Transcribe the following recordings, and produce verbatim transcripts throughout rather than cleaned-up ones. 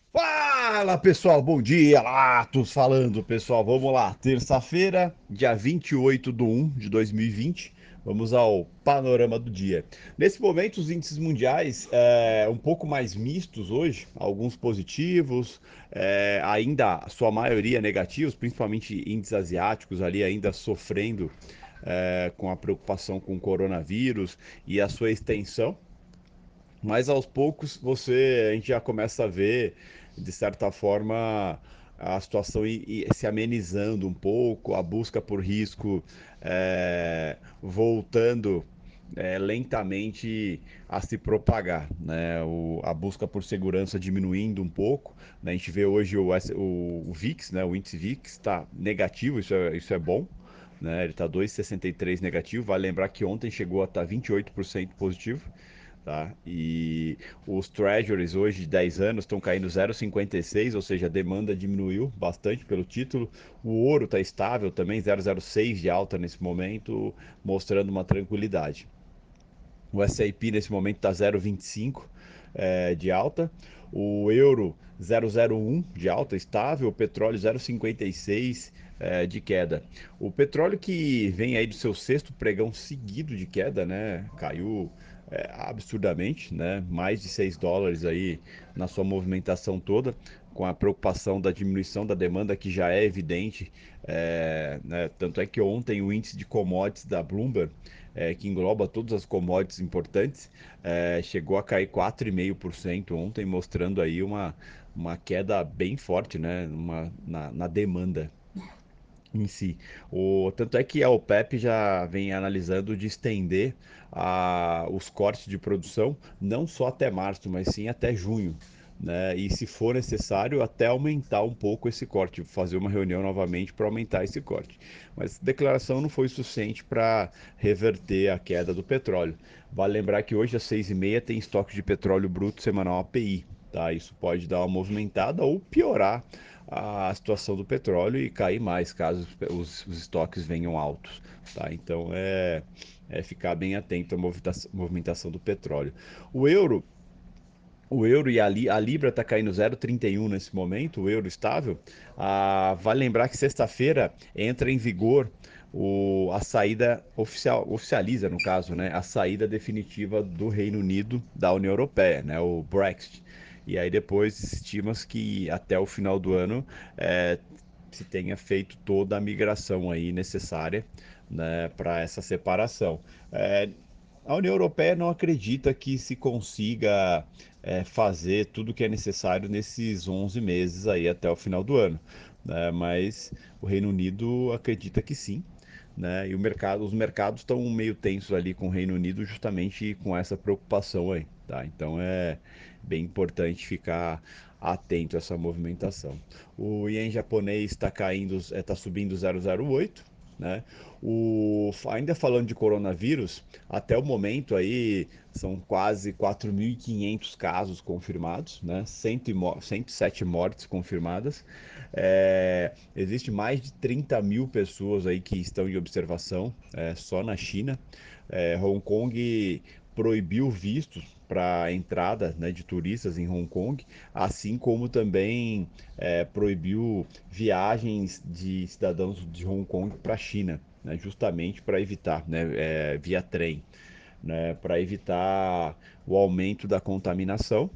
Fala pessoal, bom dia, Latos falando pessoal, vamos lá, terça-feira, dia vinte e oito de um de dois mil e vinte, vamos ao panorama do dia. Nesse momento, os índices mundiais é, um pouco mais mistos hoje, alguns positivos, é, ainda a sua maioria negativos, principalmente índices asiáticos ali ainda sofrendo é, com a preocupação com o coronavírus e a sua extensão. Mas aos poucos você a gente já começa a ver, de certa forma, a situação i- i- se amenizando um pouco, a busca por risco é, voltando é, lentamente a se propagar, né? O- a busca por segurança diminuindo um pouco, né? A gente vê hoje o, S- o, o VIX, né? O índice VIX está negativo, isso é, isso é bom. Né? Ele está dois vírgula sessenta e três negativo. Vale lembrar que ontem chegou a estar vinte e oito por cento positivo. Tá? E os treasuries hoje de dez anos estão caindo zero vírgula cinquenta e seis, ou seja, a demanda diminuiu bastante pelo título. O ouro está estável também, zero vírgula zero seis de alta nesse momento, mostrando uma tranquilidade. O S e P nesse momento está zero vírgula vinte e cinco é, de alta. O euro zero vírgula zero um de alta, estável. O petróleo zero vírgula cinquenta e seis é, de queda. O petróleo que vem aí do seu sexto pregão seguido de queda, né? Caiu é, absurdamente, né? Mais de seis dólares aí na sua movimentação toda, com a preocupação da diminuição da demanda que já é evidente. É, né? Tanto é que ontem o índice de commodities da Bloomberg é, que engloba todas as commodities importantes, é, chegou a cair quatro vírgula cinco por cento ontem, mostrando aí uma, uma queda bem forte, né, uma, na, na demanda em si. O, tanto é que a OPEP já vem analisando de estender a, os cortes de produção não só até março, mas sim até junho. Né? E se for necessário, até aumentar um pouco esse corte, fazer uma reunião novamente para aumentar esse corte. Mas a declaração não foi suficiente para reverter a queda do petróleo. Vale lembrar que hoje às seis e meia tem estoque de petróleo bruto semanal A P I. Tá? Isso pode dar uma movimentada ou piorar a situação do petróleo e cair mais caso os, os estoques venham altos. Tá? Então é, é ficar bem atento à movimentação, movimentação do petróleo. O euro o euro e a, li, a libra está caindo zero vírgula trinta e um nesse momento, o euro estável. Ah, vale lembrar que sexta-feira entra em vigor o, a saída oficial, oficializa no caso, né, a saída definitiva do Reino Unido da União Europeia, né, o Brexit. E aí depois estima que até o final do ano é, se tenha feito toda a migração aí necessária, né, para essa separação. É, a União Europeia não acredita que se consiga é, fazer tudo o que é necessário nesses onze meses aí até o final do ano, né? Mas o Reino Unido acredita que sim, né? E o mercado, os mercados estão meio tensos ali com o Reino Unido justamente com essa preocupação aí, tá? Então é bem importante ficar atento a essa movimentação. O ien japonês está caindo, está subindo zero vírgula zero oito, né? O, ainda falando de coronavírus, até o momento aí são quase quatro mil e quinhentos casos confirmados, né? cento e mo- cento e sete mortes confirmadas. É, existe mais de trinta mil pessoas aí que estão em observação é, só na China. É, Hong Kong proibiu vistos para a entrada, né, de turistas em Hong Kong, assim como também é, proibiu viagens de cidadãos de Hong Kong para a China, né, justamente para evitar, né, é, via trem, né, para evitar o aumento da contaminação.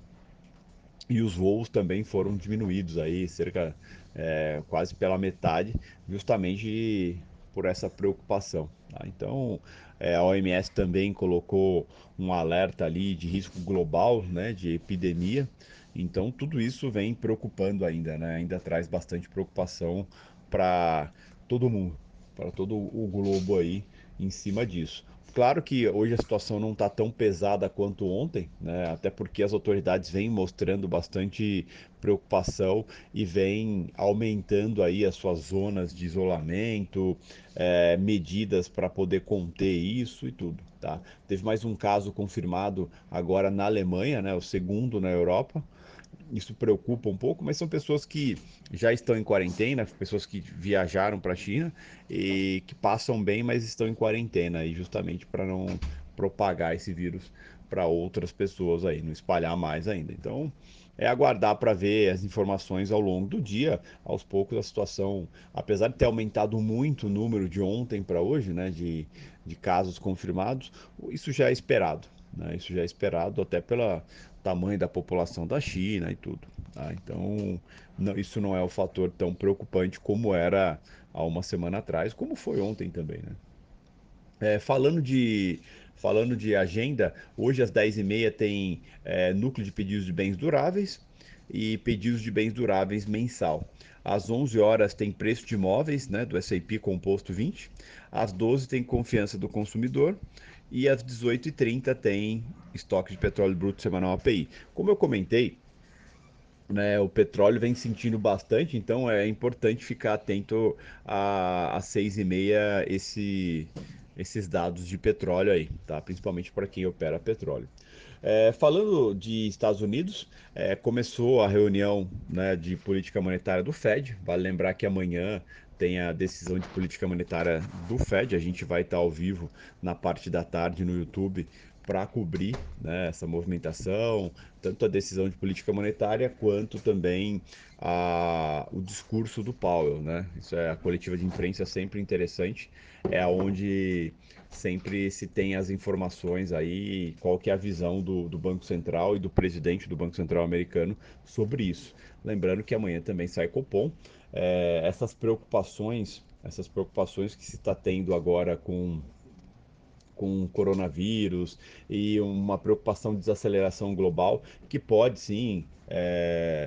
E os voos também foram diminuídos aí, cerca é, quase pela metade, justamente por essa preocupação. Tá? Então, é, a O M S também colocou um alerta ali de risco global, né, de epidemia. Então, tudo isso vem preocupando ainda, né? Ainda traz bastante preocupação para todo mundo, para todo o globo aí em cima disso. Claro que hoje a situação não está tão pesada quanto ontem, né? Até porque as autoridades vêm mostrando bastante preocupação e vêm aumentando aí as suas zonas de isolamento, eh, medidas para poder conter isso e tudo, tá? Teve mais um caso confirmado agora na Alemanha, né? O segundo na Europa. Isso preocupa um pouco, mas são pessoas que já estão em quarentena, pessoas que viajaram para a China e que passam bem, mas estão em quarentena aí justamente para não propagar esse vírus para outras pessoas aí, não espalhar mais ainda. Então, é aguardar para ver as informações ao longo do dia. Aos poucos a situação, apesar de ter aumentado muito o número de ontem para hoje, né, de, de casos confirmados, isso já é esperado, né? Isso já é esperado até pelo tamanho da população da China e tudo, tá? Então, não, isso não é um fator tão preocupante como era há uma semana atrás, como foi ontem também, né? É, falando de, falando de agenda, hoje às dez e meia tem é, núcleo de pedidos de bens duráveis e pedidos de bens duráveis mensal. Às onze horas tem preço de imóveis, né, do S e P Composto vinte. Às doze tem confiança do consumidor. E às dezoito e trinta tem estoque de petróleo bruto semanal A P I. Como eu comentei, né, o petróleo vem sentindo bastante, então é importante ficar atento a- às seis e meia esse, esses dados de petróleo aí, tá? Principalmente para quem opera petróleo. É, falando de Estados Unidos, é, começou a reunião, né, de política monetária do Fed. Vale lembrar que amanhã tem a decisão de política monetária do Fed. A gente vai estar ao vivo na parte da tarde no YouTube para cobrir, né, essa movimentação, tanto a decisão de política monetária quanto também a, o discurso do Powell, né? Isso é a coletiva de imprensa sempre interessante, é onde sempre se tem as informações aí, qual que é a visão do, do Banco Central e do presidente do Banco Central americano sobre isso. Lembrando que amanhã também sai Copom. É, essas preocupações, essas preocupações que se está tendo agora com com o coronavírus e uma preocupação de desaceleração global que pode sim é,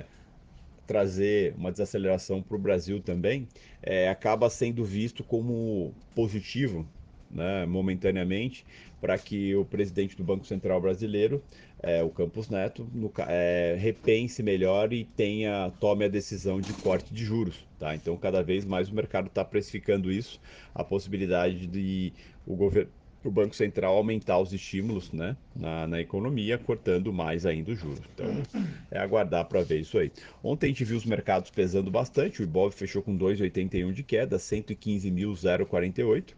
trazer uma desaceleração para o Brasil também, é, acaba sendo visto como positivo, né, momentaneamente, para que o presidente do Banco Central brasileiro, é, o Campos Neto, no, é, repense melhor e tenha, tome a decisão de corte de juros. Tá? Então, cada vez mais o mercado está precificando isso, a possibilidade de o governo o Banco Central aumentar os estímulos, né, na, na economia, cortando mais ainda os juros. Então, é aguardar para ver isso aí. Ontem a gente viu os mercados pesando bastante, o Ibov fechou com dois vírgula oitenta e um de queda, cento e quinze mil e quarenta e oito.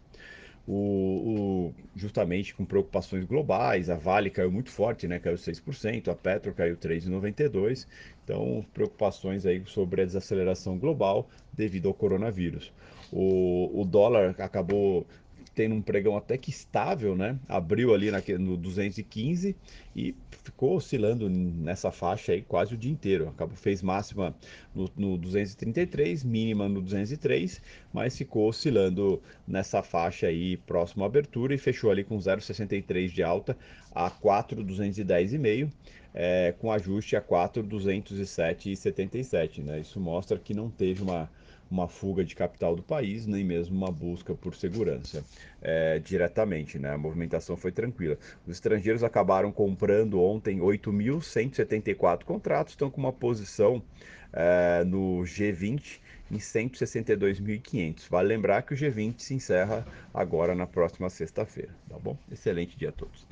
O, o, justamente com preocupações globais, a Vale caiu muito forte, né? Caiu seis por cento, a Petro caiu três vírgula noventa e dois por cento. Então, preocupações aí sobre a desaceleração global devido ao coronavírus. O, o dólar acabou tendo um pregão até que estável, né? Abriu ali naque- no duzentos e quinze e ficou oscilando nessa faixa aí quase o dia inteiro. Acabou, fez máxima no, no duzentos e trinta e três, mínima no duzentos e três, mas ficou oscilando nessa faixa aí próximo à abertura e fechou ali com zero vírgula sessenta e três de alta a quatro mil duzentos e dez vírgula cinco, é, com ajuste a quatro mil duzentos e sete vírgula setenta e sete, né? Isso mostra que não teve uma uma fuga de capital do país, nem mesmo uma busca por segurança é, diretamente, né? A movimentação foi tranquila. Os estrangeiros acabaram comprando ontem oito mil cento e setenta e quatro contratos, estão com uma posição é, no G vinte em cento e sessenta e dois mil e quinhentos. Vale lembrar que o G vinte se encerra agora na próxima sexta-feira, tá bom? Excelente dia a todos.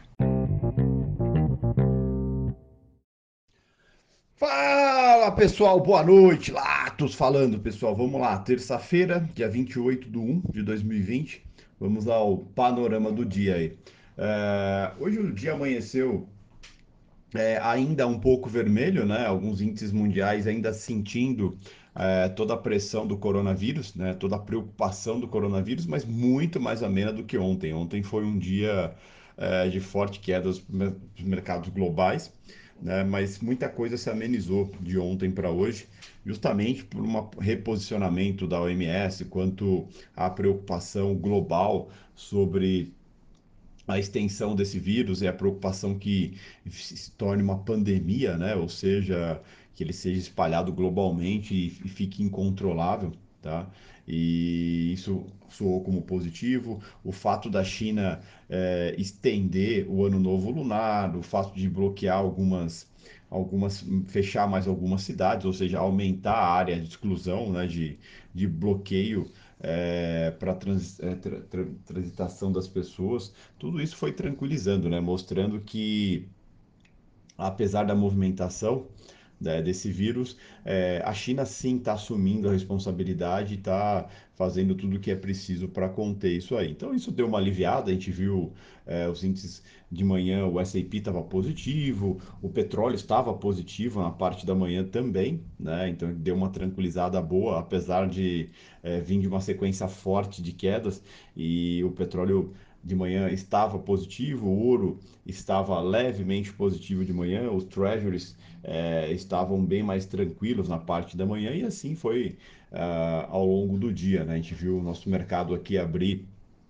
Fala pessoal, boa noite. Latos falando pessoal, vamos lá. Terça-feira, dia vinte e oito de um de dois mil e vinte. Vamos ao panorama do dia aí. É, hoje o dia amanheceu é, ainda um pouco vermelho, né? Alguns índices mundiais ainda sentindo é, toda a pressão do coronavírus, né? Toda a preocupação do coronavírus, mas muito mais amena do que ontem. Ontem foi um dia é, de forte queda dos mer- dos mercados globais, né? Mas muita coisa se amenizou de ontem para hoje, justamente por um reposicionamento da O M S quanto à preocupação global sobre a extensão desse vírus e a preocupação que se torne uma pandemia, né? Ou seja, que ele seja espalhado globalmente e, e fique incontrolável, tá? E isso soou como positivo. O fato da China eh, estender o Ano Novo Lunar, o fato de bloquear algumas, algumas, fechar mais algumas cidades, ou seja, aumentar a área de exclusão, né? De, de bloqueio é, para trans, é, tra, tra, transitação das pessoas, tudo isso foi tranquilizando, né? Mostrando que, apesar da movimentação, né, desse vírus. É, a China sim está assumindo a responsabilidade e está fazendo tudo o que é preciso para conter isso aí. Então isso deu uma aliviada, a gente viu é, os índices de manhã, o S e P estava positivo, o petróleo estava positivo na parte da manhã também, né? Então deu uma tranquilizada boa, apesar de é, vir de uma sequência forte de quedas, e o petróleo de manhã estava positivo, o ouro estava levemente positivo de manhã, os treasuries é, estavam bem mais tranquilos na parte da manhã, e assim foi uh, ao longo do dia, né? A gente viu o nosso mercado aqui abrir,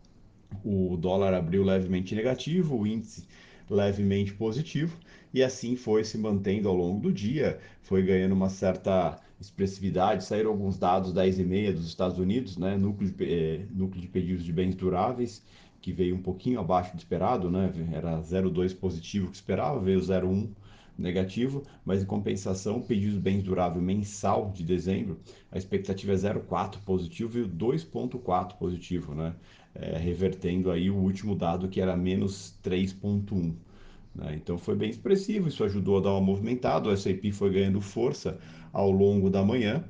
o dólar abriu levemente negativo, o índice levemente positivo, e assim foi se mantendo ao longo do dia, foi ganhando uma certa expressividade. Saíram alguns dados dez e meia dos Estados Unidos, né? Núcleo de, eh, núcleo de pedidos de bens duráveis, que veio um pouquinho abaixo do esperado, né? Era zero vírgula dois positivo que esperava, veio zero vírgula um negativo, mas em compensação, pedidos de bens duráveis mensal de dezembro, a expectativa é zero vírgula quatro positivo e dois vírgula quatro positivo, né? É, revertendo aí o último dado que era menos três vírgula um. Né? Então foi bem expressivo, isso ajudou a dar uma movimentada, o S e P foi ganhando força ao longo da manhã,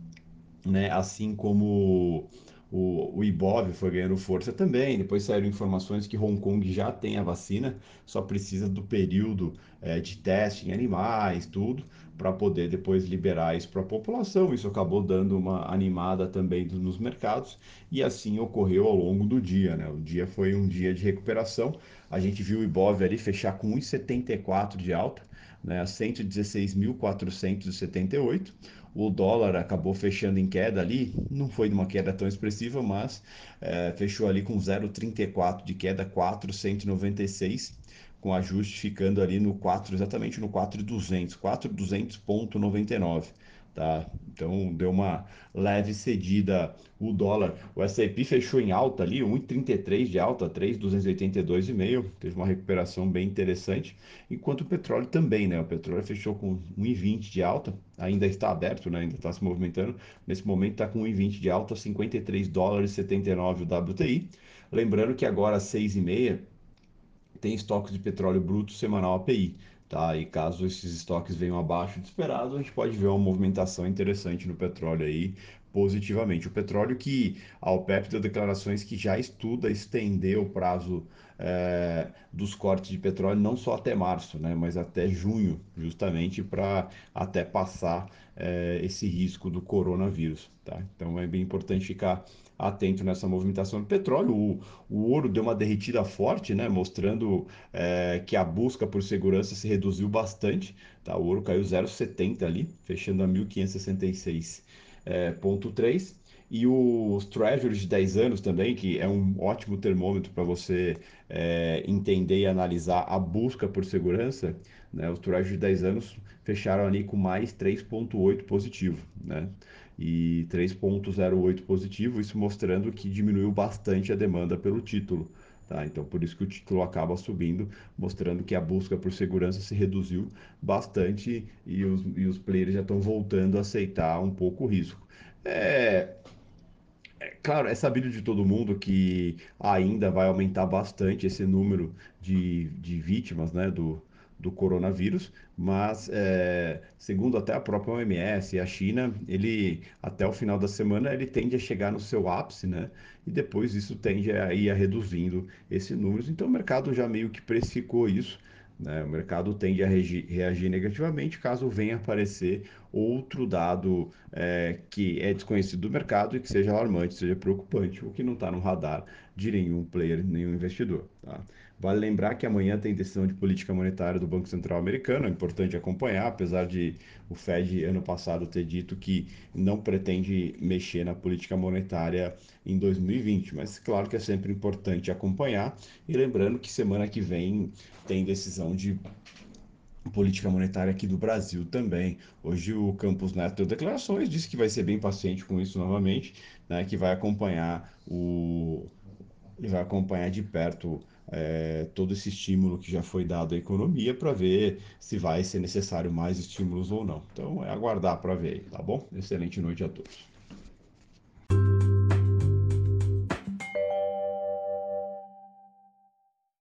né? Assim como o, o Ibov foi ganhando força também. Depois saíram informações que Hong Kong já tem a vacina, só precisa do período é, de teste em animais, tudo, para poder depois liberar isso para a população. Isso acabou dando uma animada também nos mercados, e assim ocorreu ao longo do dia, né? O dia foi um dia de recuperação. A gente viu o Ibov ali fechar com um vírgula setenta e quatro de alta, né, a cento e dezesseis mil quatrocentos e setenta e oito. O dólar acabou fechando em queda ali, não foi uma queda tão expressiva, mas é, fechou ali com zero vírgula trinta e quatro de queda, quatro mil cento e noventa e seis, com ajuste ficando ali no quatro, exatamente no quatro mil e duzentos, quatro mil e duzentos vírgula noventa e nove. Tá? Então deu uma leve cedida o dólar. O S e P fechou em alta ali, um vírgula trinta e três de alta, três mil duzentos e oitenta e dois vírgula cinco, teve uma recuperação bem interessante, enquanto o petróleo também, né? O petróleo fechou com um vírgula vinte de alta, ainda está aberto, né? Ainda está se movimentando. Nesse momento está com um vírgula vinte de alta, cinquenta e três dólares e setenta e nove o W T I. Lembrando que agora às seis e meia tem estoques de petróleo bruto semanal A P I, tá? E caso esses estoques venham abaixo do esperado, a gente pode ver uma movimentação interessante no petróleo aí, positivamente. O petróleo que a OPEP deu declarações que já estuda estender o prazo é, dos cortes de petróleo não só até março, né, mas até junho, justamente para até passar é, esse risco do coronavírus, tá? Então é bem importante ficar atento nessa movimentação do petróleo. O, o ouro deu uma derretida forte, né, mostrando é, que a busca por segurança se reduziu bastante. Tá? O ouro caiu zero vírgula setenta ali, fechando a mil quinhentos e sessenta e seis vírgula três. E os treasuries de dez anos também, que é um ótimo termômetro para você é, entender e analisar a busca por segurança, né? Os treasuries de dez anos fecharam ali com mais três vírgula oito positivo, né? E três vírgula zero oito positivo, isso mostrando que diminuiu bastante a demanda pelo título. Tá? Então, por isso que o título acaba subindo, mostrando que a busca por segurança se reduziu bastante, e os, e os players já estão voltando a aceitar um pouco o risco. É, claro, é sabido de todo mundo que ainda vai aumentar bastante esse número de, de vítimas, né, do, do coronavírus, mas é, segundo até a própria O M S e a China, ele até o final da semana ele tende a chegar no seu ápice, né, e depois isso tende a ir a reduzindo esse número. Então o mercado já meio que precificou isso. Né? O mercado tende a reagir, reagir negativamente caso venha aparecer outro dado é, que é desconhecido do mercado e que seja alarmante, seja preocupante, o que não está no radar de nenhum player, nenhum investidor. Tá? Vale lembrar que amanhã tem decisão de política monetária do Banco Central Americano, é importante acompanhar, apesar de o Fed ano passado ter dito que não pretende mexer na política monetária em dois mil e vinte, mas claro que é sempre importante acompanhar, e lembrando que semana que vem tem decisão de política monetária aqui do Brasil também. Hoje o Campos Neto deu declarações, disse que vai ser bem paciente com isso novamente, né, que vai acompanhar o ele vai acompanhar de perto é, todo esse estímulo que já foi dado à economia para ver se vai ser necessário mais estímulos ou não. Então é aguardar para ver aí, tá bom? Excelente noite a todos.